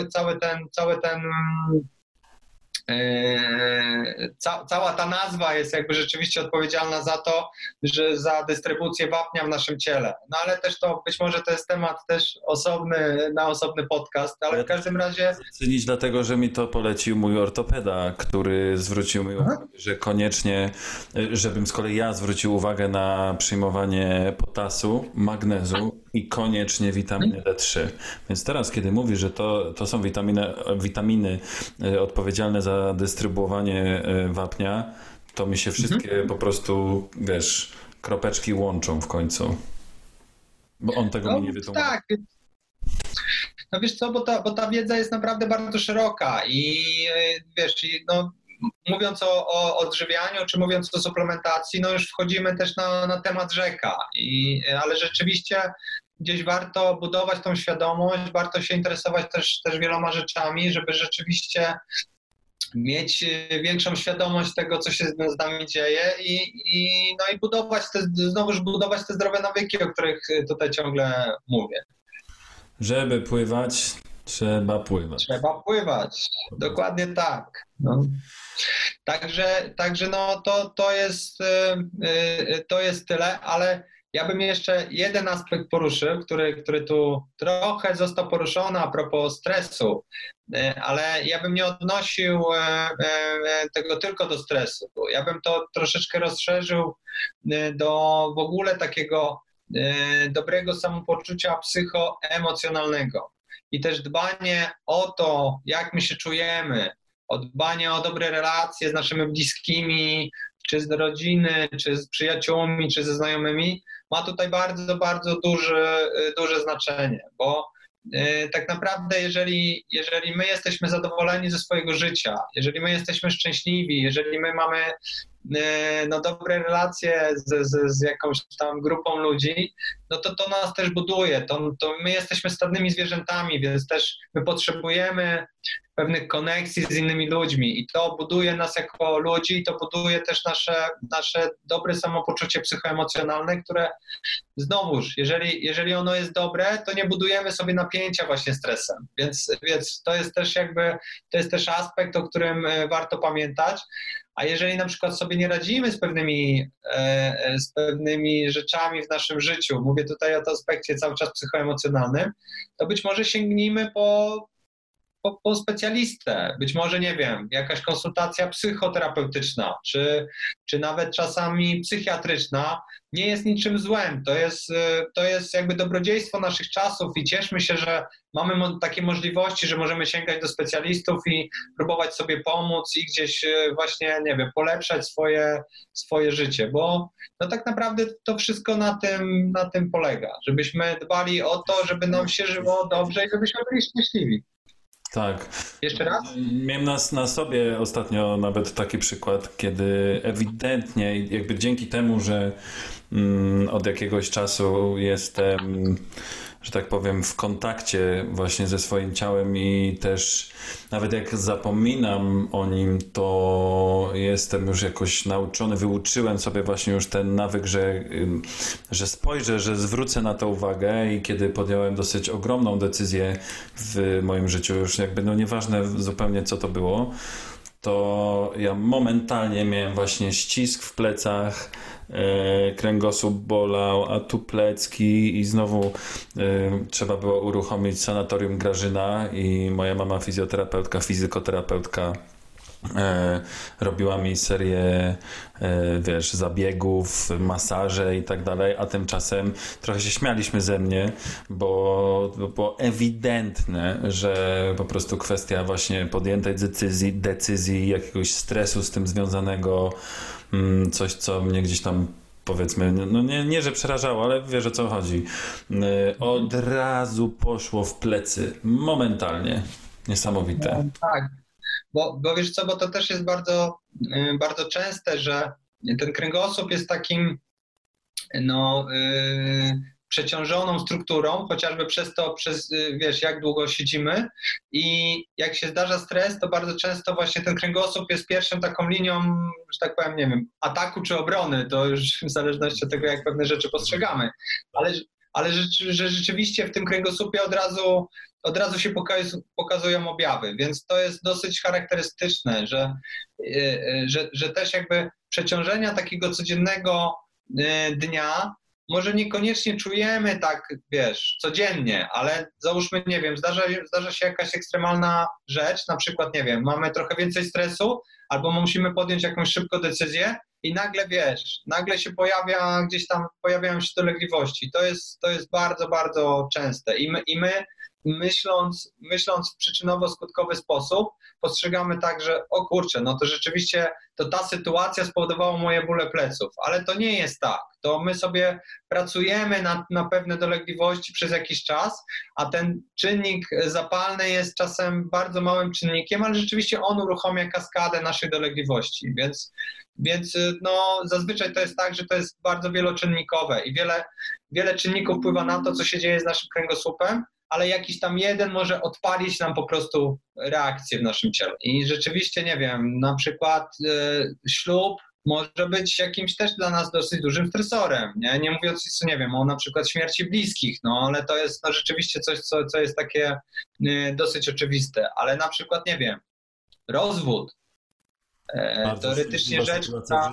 cała ta nazwa jest jakby rzeczywiście odpowiedzialna za to, że za dystrybucję wapnia w naszym ciele. No ale też to być może to jest temat też osobny, na osobny podcast, ale w każdym razie... Cenić dlatego, że mi to polecił mój ortopeda, który zwrócił mi uwagę, że koniecznie, żebym z kolei ja zwrócił uwagę na przyjmowanie potasu, magnezu i koniecznie witaminy D3. Więc teraz, kiedy mówisz, że to są witaminy odpowiedzialne za dystrybuowanie wapnia, to mi się wszystkie po prostu, wiesz, kropeczki łączą w końcu. Bo on tego mi nie wytłumaczy. Tak. No wiesz co, bo ta wiedza jest naprawdę bardzo szeroka i wiesz, mówiąc o odżywianiu, czy mówiąc o suplementacji, no już wchodzimy też na temat rzeka. Ale rzeczywiście gdzieś warto budować tą świadomość, warto się interesować też wieloma rzeczami, żeby rzeczywiście mieć większą świadomość tego, co się z nami dzieje i budować te zdrowe nawyki, o których tutaj ciągle mówię. Żeby pływać, trzeba pływać. Trzeba pływać, dokładnie tak. No. Także no to jest tyle, ale ja bym jeszcze jeden aspekt poruszył, który tu trochę został poruszony a propos stresu, ale ja bym nie odnosił tego tylko do stresu. Ja bym to troszeczkę rozszerzył do w ogóle takiego dobrego samopoczucia psychoemocjonalnego i też dbanie o to, jak my się czujemy, o dbanie o dobre relacje z naszymi bliskimi, czy z rodziny, czy z przyjaciółmi, czy ze znajomymi, ma tutaj bardzo, bardzo duże znaczenie, bo tak naprawdę jeżeli my jesteśmy zadowoleni ze swojego życia, jeżeli my jesteśmy szczęśliwi, jeżeli my mamy dobre relacje z jakąś tam grupą ludzi, no to nas też buduje, to my jesteśmy stadnymi zwierzętami, więc też my potrzebujemy pewnych koneksji z innymi ludźmi i to buduje nas jako ludzi i to buduje też nasze dobre samopoczucie psychoemocjonalne, które znowuż, jeżeli ono jest dobre, to nie budujemy sobie napięcia właśnie stresem, więc to jest też aspekt, o którym warto pamiętać. A jeżeli na przykład sobie nie radzimy z pewnymi rzeczami w naszym życiu, mówię tutaj o tym aspekcie cały czas psychoemocjonalnym, to być może sięgnijmy po specjalistę, być może, nie wiem, jakaś konsultacja psychoterapeutyczna, czy nawet czasami psychiatryczna nie jest niczym złem. To jest jakby dobrodziejstwo naszych czasów i cieszmy się, że mamy takie możliwości, że możemy sięgać do specjalistów i próbować sobie pomóc i gdzieś właśnie, nie wiem, polepszać swoje życie, bo no tak naprawdę to wszystko na tym polega, żebyśmy dbali o to, żeby nam się żyło dobrze i żebyśmy byli szczęśliwi. Tak. Jeszcze raz? Miałem na sobie ostatnio nawet taki przykład, kiedy ewidentnie jakby dzięki temu, że od jakiegoś czasu jestem, że tak powiem, w kontakcie właśnie ze swoim ciałem i też nawet jak zapominam o nim, to jestem już jakoś nauczony, wyuczyłem sobie właśnie już ten nawyk, że spojrzę, że zwrócę na to uwagę i kiedy podjąłem dosyć ogromną decyzję w moim życiu, już jakby no nieważne zupełnie co to było, to ja momentalnie miałem właśnie ścisk w plecach, kręgosłup bolał, a tu plecki i znowu trzeba było uruchomić sanatorium Grażyna i moja mama fizjoterapeutka, fizykoterapeutka robiła mi serię, wiesz, zabiegów, masaże i tak dalej, a tymczasem trochę się śmialiśmy ze mnie, bo było ewidentne, że po prostu kwestia właśnie podjętej decyzji, jakiegoś stresu z tym związanego, coś, co mnie gdzieś tam, powiedzmy, no nie, że przerażało, ale wiesz, o co chodzi. Od razu poszło w plecy, momentalnie. Niesamowite. Tak, bo wiesz co, bo to też jest bardzo, bardzo częste, że ten kręgosłup jest takim przeciążoną strukturą, chociażby wiesz, jak długo siedzimy i jak się zdarza stres, to bardzo często właśnie ten kręgosłup jest pierwszą taką linią, że tak powiem, nie wiem, ataku czy obrony, to już w zależności od tego, jak pewne rzeczy postrzegamy, ale że rzeczywiście w tym kręgosłupie od razu się pokazują objawy, więc to jest dosyć charakterystyczne, że też jakby przeciążenia takiego codziennego dnia może niekoniecznie czujemy tak, wiesz, codziennie, ale załóżmy, nie wiem, zdarza się jakaś ekstremalna rzecz, na przykład, nie wiem, mamy trochę więcej stresu albo musimy podjąć jakąś szybką decyzję i nagle, wiesz, nagle się pojawiają się dolegliwości. To jest bardzo, bardzo częste i my myśląc w przyczynowo-skutkowy sposób, postrzegamy tak, że o kurczę, no to rzeczywiście to ta sytuacja spowodowała moje bóle pleców, ale to nie jest tak. To my sobie pracujemy na pewne dolegliwości przez jakiś czas, a ten czynnik zapalny jest czasem bardzo małym czynnikiem, ale rzeczywiście on uruchamia kaskadę naszych dolegliwości, więc no, zazwyczaj to jest tak, że to jest bardzo wieloczynnikowe i wiele czynników wpływa na to, co się dzieje z naszym kręgosłupem, ale jakiś tam jeden może odpalić nam po prostu reakcję w naszym ciele. I rzeczywiście, nie wiem, na przykład ślub może być jakimś też dla nas dosyć dużym stresorem, nie mówiąc, nie wiem, o na przykład śmierci bliskich, no ale to jest rzeczywiście coś, co jest takie dosyć oczywiste, ale na przykład, nie wiem, rozwód, teoretycznie rzecz,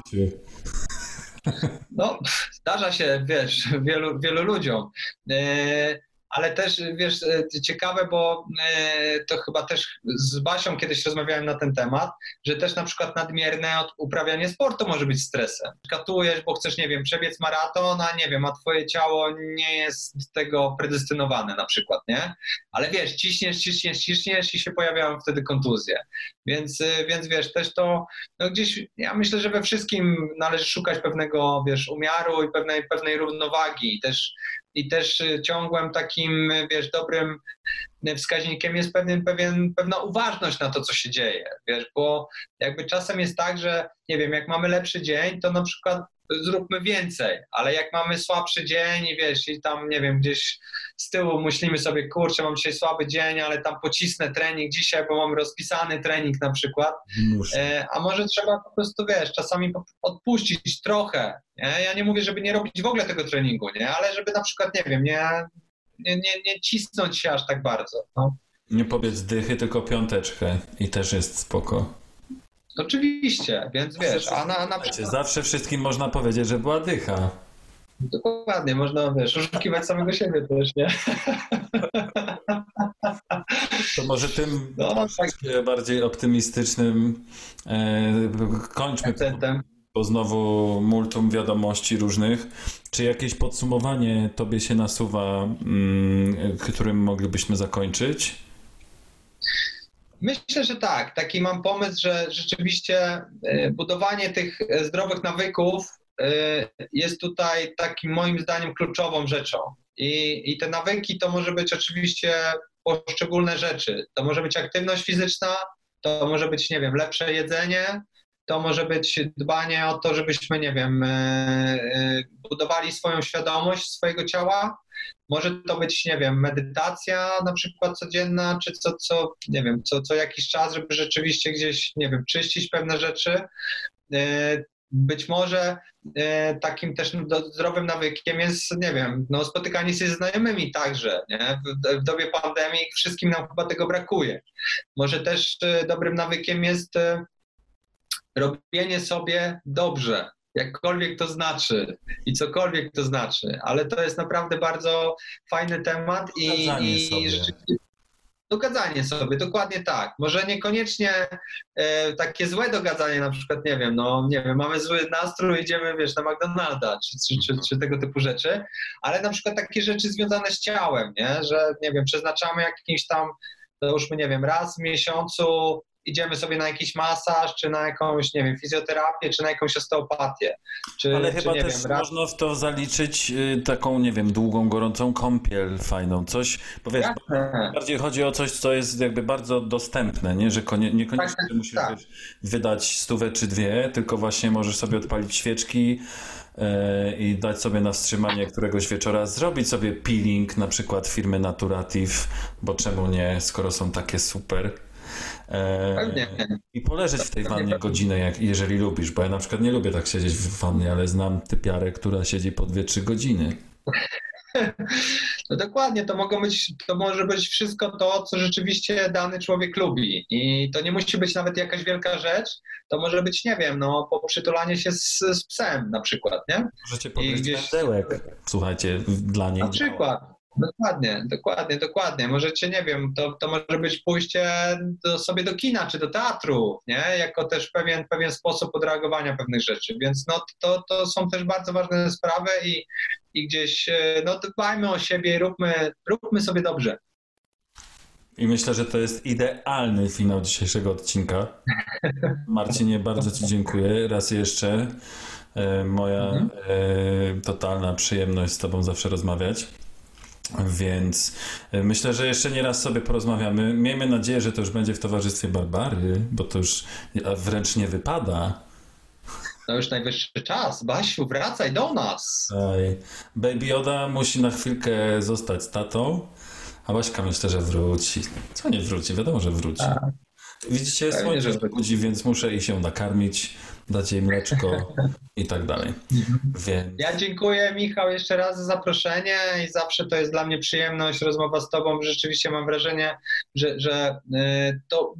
no zdarza się, wiesz, wielu ludziom. Ale też, wiesz, ciekawe, bo to chyba też z Basią kiedyś rozmawiałem na ten temat, że też na przykład nadmierne uprawianie sportu może być stresem. Katujesz, bo chcesz, nie wiem, przebiec maraton, a nie wiem, a twoje ciało nie jest do tego predestynowane na przykład, nie? Ale wiesz, ciśniesz i się pojawiają wtedy kontuzje. Więc wiesz, też to no gdzieś, ja myślę, że we wszystkim należy szukać pewnego, wiesz, umiaru i pewnej równowagi i też ciągłym takim, wiesz, dobrym wskaźnikiem jest pewna uważność na to, co się dzieje, wiesz, bo jakby czasem jest tak, że nie wiem, jak mamy lepszy dzień, to na przykład zróbmy więcej, ale jak mamy słabszy dzień i wiesz, i tam, nie wiem, gdzieś z tyłu myślimy sobie, kurczę, mam dzisiaj słaby dzień, ale tam pocisnę trening dzisiaj, bo mam rozpisany trening na przykład, a może trzeba po prostu, wiesz, czasami odpuścić trochę, nie? Ja nie mówię, żeby nie robić w ogóle tego treningu, nie? Ale żeby na przykład, nie wiem, nie cisnąć się aż tak bardzo, no. Nie powiedz dychy, tylko piąteczkę i też jest spoko. Oczywiście, więc wiesz, a na przykład... Zawsze wszystkim można powiedzieć, że była dycha. Dokładnie, można, wiesz, oszukiwać samego siebie też, nie? To może tym bardziej optymistycznym kończmy akcentem. Bo znowu multum wiadomości różnych. Czy jakieś podsumowanie tobie się nasuwa, którym moglibyśmy zakończyć? Myślę, że tak. Taki mam pomysł, że rzeczywiście budowanie tych zdrowych nawyków jest tutaj takim moim zdaniem kluczową rzeczą. I te nawyki to może być oczywiście poszczególne rzeczy. To może być aktywność fizyczna, to może być, nie wiem, lepsze jedzenie, to może być dbanie o to, żebyśmy, nie wiem, budowali swoją świadomość swojego ciała. Może to być, nie wiem, medytacja na przykład codzienna, czy nie wiem, co jakiś czas, żeby rzeczywiście gdzieś, nie wiem, czyścić pewne rzeczy. Być może takim też zdrowym nawykiem jest, nie wiem, no spotykanie się ze znajomymi także, nie? W dobie pandemii wszystkim nam chyba tego brakuje. Może też dobrym nawykiem jest robienie sobie dobrze, jakkolwiek to znaczy i cokolwiek to znaczy, ale to jest naprawdę bardzo fajny temat i Dogadzanie sobie, dokładnie tak. Może niekoniecznie takie złe dogadzanie, na przykład, nie wiem, mamy zły nastrój, idziemy, wiesz, na McDonalda, czy tego typu rzeczy, ale na przykład takie rzeczy związane z ciałem, nie? Że, nie wiem, przeznaczamy jakiś tam, załóżmy, nie wiem, raz w miesiącu idziemy sobie na jakiś masaż, czy na jakąś, nie wiem, fizjoterapię, czy na jakąś osteopatię. Ale chyba też można w to zaliczyć taką, nie wiem, długą, gorącą kąpiel fajną, coś, bo wiesz, bardziej chodzi o coś, co jest jakby bardzo dostępne, nie? Że niekoniecznie musisz wydać 100 czy 2, tylko właśnie możesz sobie odpalić świeczki i dać sobie na wstrzymanie któregoś wieczora, zrobić sobie peeling, na przykład firmy Naturative, bo czemu nie, skoro są takie super. I poleżeć w tej wannie godzinę, jeżeli lubisz, bo ja na przykład nie lubię tak siedzieć w wannie, ale znam typiarę, która siedzi po 2-3 godziny. No dokładnie, to może być wszystko to, co rzeczywiście dany człowiek lubi. I to nie musi być nawet jakaś wielka rzecz, to może być, nie wiem, przytulanie się z psem na przykład, nie? Możecie podejść pędełek, słuchajcie, dla niej. Na przykład. Dokładnie. Możecie, nie wiem, to może być pójście sobie do kina czy do teatru, nie? Jako też pewien sposób odreagowania pewnych rzeczy, więc to są też bardzo ważne sprawy i gdzieś dbajmy o siebie i róbmy sobie dobrze. I myślę, że to jest idealny finał dzisiejszego odcinka. Marcinie, bardzo Ci dziękuję raz jeszcze. Moja totalna przyjemność z Tobą zawsze rozmawiać. Więc myślę, że jeszcze nie raz sobie porozmawiamy. Miejmy nadzieję, że to już będzie w towarzystwie Barbary, bo to już wręcz nie wypada. To już najwyższy czas. Basiu, wracaj do nas. Baby Yoda musi na chwilkę zostać z tatą, a Baśka myślę, że wróci. Co nie wróci? Wiadomo, że wróci. Widzicie, słońce budzi, więc muszę jej się nakarmić, dać jej mleczko i tak dalej. Więc... Ja dziękuję, Michał, jeszcze raz za zaproszenie i zawsze to jest dla mnie przyjemność rozmowa z Tobą. Rzeczywiście mam wrażenie, że to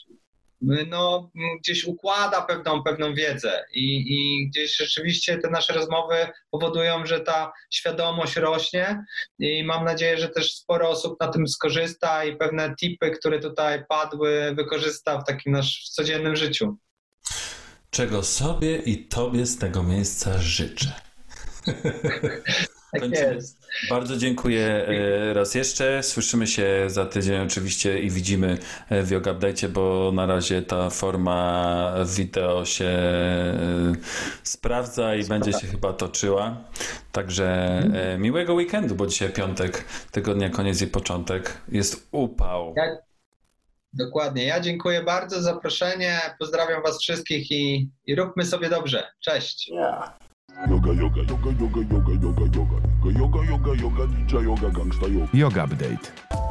gdzieś układa pewną wiedzę i gdzieś rzeczywiście te nasze rozmowy powodują, że ta świadomość rośnie i mam nadzieję, że też sporo osób na tym skorzysta i pewne tipy, które tutaj padły, wykorzysta w takim naszym codziennym życiu. Czego sobie i Tobie z tego miejsca życzę. Tak jest. Bardzo dziękuję raz jeszcze. Słyszymy się za tydzień oczywiście i widzimy w Yoga Update'cie, bo na razie ta forma wideo się sprawdza i będzie się chyba toczyła. Także miłego weekendu, bo dzisiaj piątek, tygodnia koniec i początek. Jest upał. Dokładnie. Ja dziękuję bardzo za zaproszenie. Pozdrawiam Was wszystkich i róbmy sobie dobrze. Cześć. Yoga, yoga, yoga, yoga, yoga, yoga, yoga, yoga, yoga, yoga, yoga, ninja yoga, gangsta yoga. Yoga Update.